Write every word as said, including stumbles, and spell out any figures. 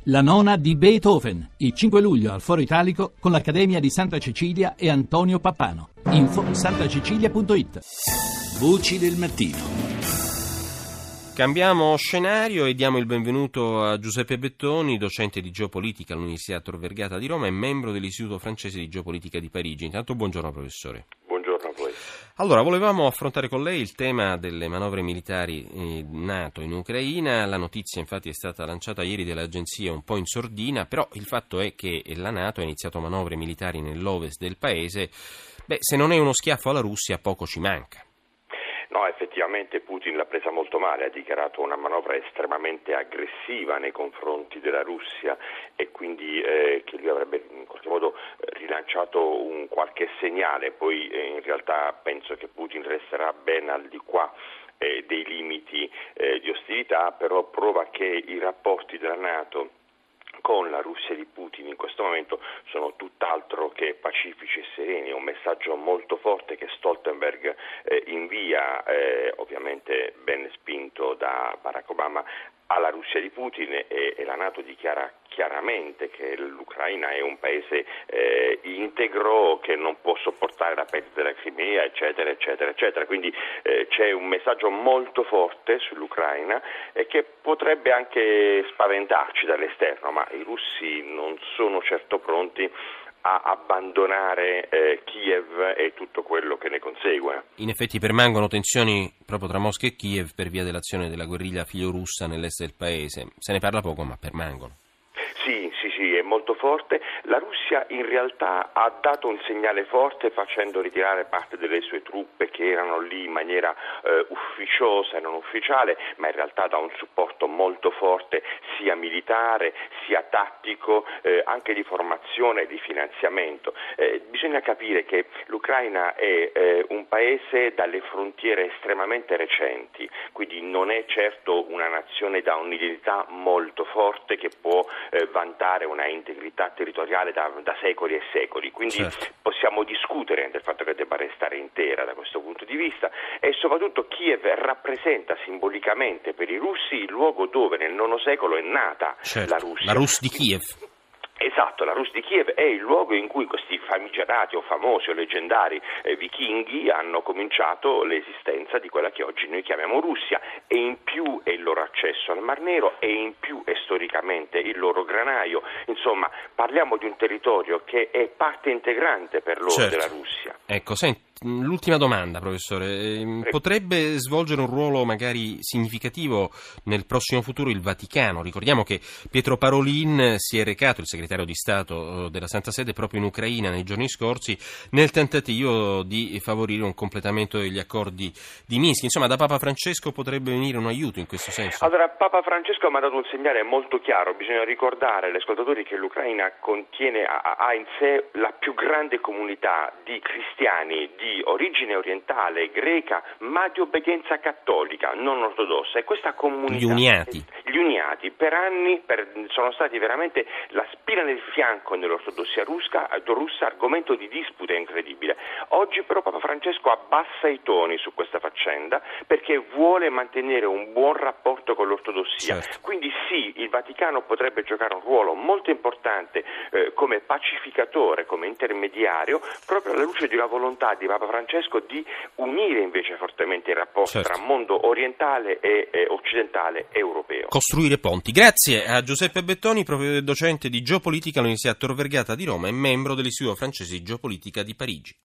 La nona di Beethoven, il cinque luglio al Foro Italico con l'Accademia di Santa Cecilia e Antonio Pappano. Info santacecilia punto it. Voci del mattino. Cambiamo scenario e diamo il benvenuto a Giuseppe Bettoni, docente di geopolitica all'Università Tor Vergata di Roma e membro dell'Istituto francese di geopolitica di Parigi. Intanto buongiorno professore. Buongiorno a voi. Allora, volevamo affrontare con lei il tema delle manovre militari eh, NATO in Ucraina. La notizia infatti è stata lanciata ieri dall'agenzia un po' in sordina, però il fatto è che la NATO ha iniziato manovre militari nell'ovest del paese. Beh, se non è uno schiaffo alla Russia, poco ci manca. No, effettivamente Putin l'ha presa molto male, ha dichiarato una manovra estremamente aggressiva nei confronti della Russia e quindi eh, che lui avrebbe in qualche modo rilanciato un qualche segnale, poi eh, in realtà penso che Putin resterà ben al di qua eh, dei limiti eh, di ostilità, però prova che i rapporti della NATO con la Russia di Putin in questo momento sono tutt'altro che pacifici e sereni. È un messaggio molto forte che Stoltenberg eh, invia, eh, ovviamente ben spinto da Barack Obama, alla Russia di Putin e, e la NATO dichiara chiaramente che l'Ucraina è un paese eh, integro che non può sopportare la perdita della Crimea, eccetera, eccetera, eccetera. Quindi eh, c'è un messaggio molto forte sull'Ucraina e che potrebbe anche spaventarci dall'esterno, ma i russi non sono certo pronti a abbandonare eh, Kiev e tutto quello che ne consegue. In effetti permangono tensioni proprio tra Mosca e Kiev per via dell'azione della guerriglia filorussa nell'est del paese. Se ne parla poco, ma permangono. Sì, sì, sì, è molto forte. La Russia in realtà ha dato un segnale forte facendo ritirare parte delle sue truppe che erano lì in maniera eh, ufficiosa e non ufficiale, ma in realtà dà un supporto molto forte sia militare, sia tattico, eh, anche di formazione e di finanziamento. Eh, bisogna capire che l'Ucraina è eh, un paese dalle frontiere estremamente recenti, quindi non è certo una nazione da un'identità molto forte che può eh, vantare una integrità territoriale da, da secoli e secoli, quindi certo. Possiamo discutere del fatto che debba restare intera da questo punto di vista e soprattutto Kiev rappresenta simbolicamente per i russi il luogo dove nel nono secolo è nata certo. la Russia. La Rus di Kiev. Esatto, la Rus di Kiev è il luogo in cui questi famigerati o famosi o leggendari eh, vichinghi hanno cominciato l'esistenza di quella che oggi noi chiamiamo Russia e in più è il loro accesso al Mar Nero e in più è storicamente il loro granaio. Insomma, parliamo di un territorio che è parte integrante per loro certo. della Russia. Ecco, senti, l'ultima domanda, professore. Potrebbe svolgere un ruolo magari significativo nel prossimo futuro il Vaticano? Ricordiamo che Pietro Parolin si è recato, il segretario di Stato della Santa Sede, proprio in Ucraina nei giorni scorsi nel tentativo di favorire un completamento degli accordi di Minsk. Insomma, da Papa Francesco potrebbe venire un aiuto in questo senso? Allora, Papa Francesco ha mandato un segnale molto chiaro. Bisogna ricordare agli ascoltatori che l'Ucraina contiene, ha, ha in sé la più grande comunità di cristiani di origine orientale, greca, ma di obbedienza cattolica, non ortodossa. E questa comunità, gli uniati, gli uniati per anni per, sono stati veramente la spina nel fianco nell'ortodossia russa, russa, argomento di disputa incredibile. Oggi però Papa Francesco abbassa i toni su questa faccenda perché vuole mantenere un buon rapporto con l'ortodossia. Certo. Quindi sì, il Vaticano potrebbe giocare un ruolo molto importante eh, come pacificatore, come intermediario, proprio alla luce di una volontà di Papa Francesco di unire invece fortemente i rapporti certo. tra mondo orientale e eh, occidentale e europeo. Costruire ponti. Grazie a Giuseppe Bettoni, docente di geopolitica all'Università Tor Vergata di Roma e membro dell'Istituto francese di geopolitica di Parigi.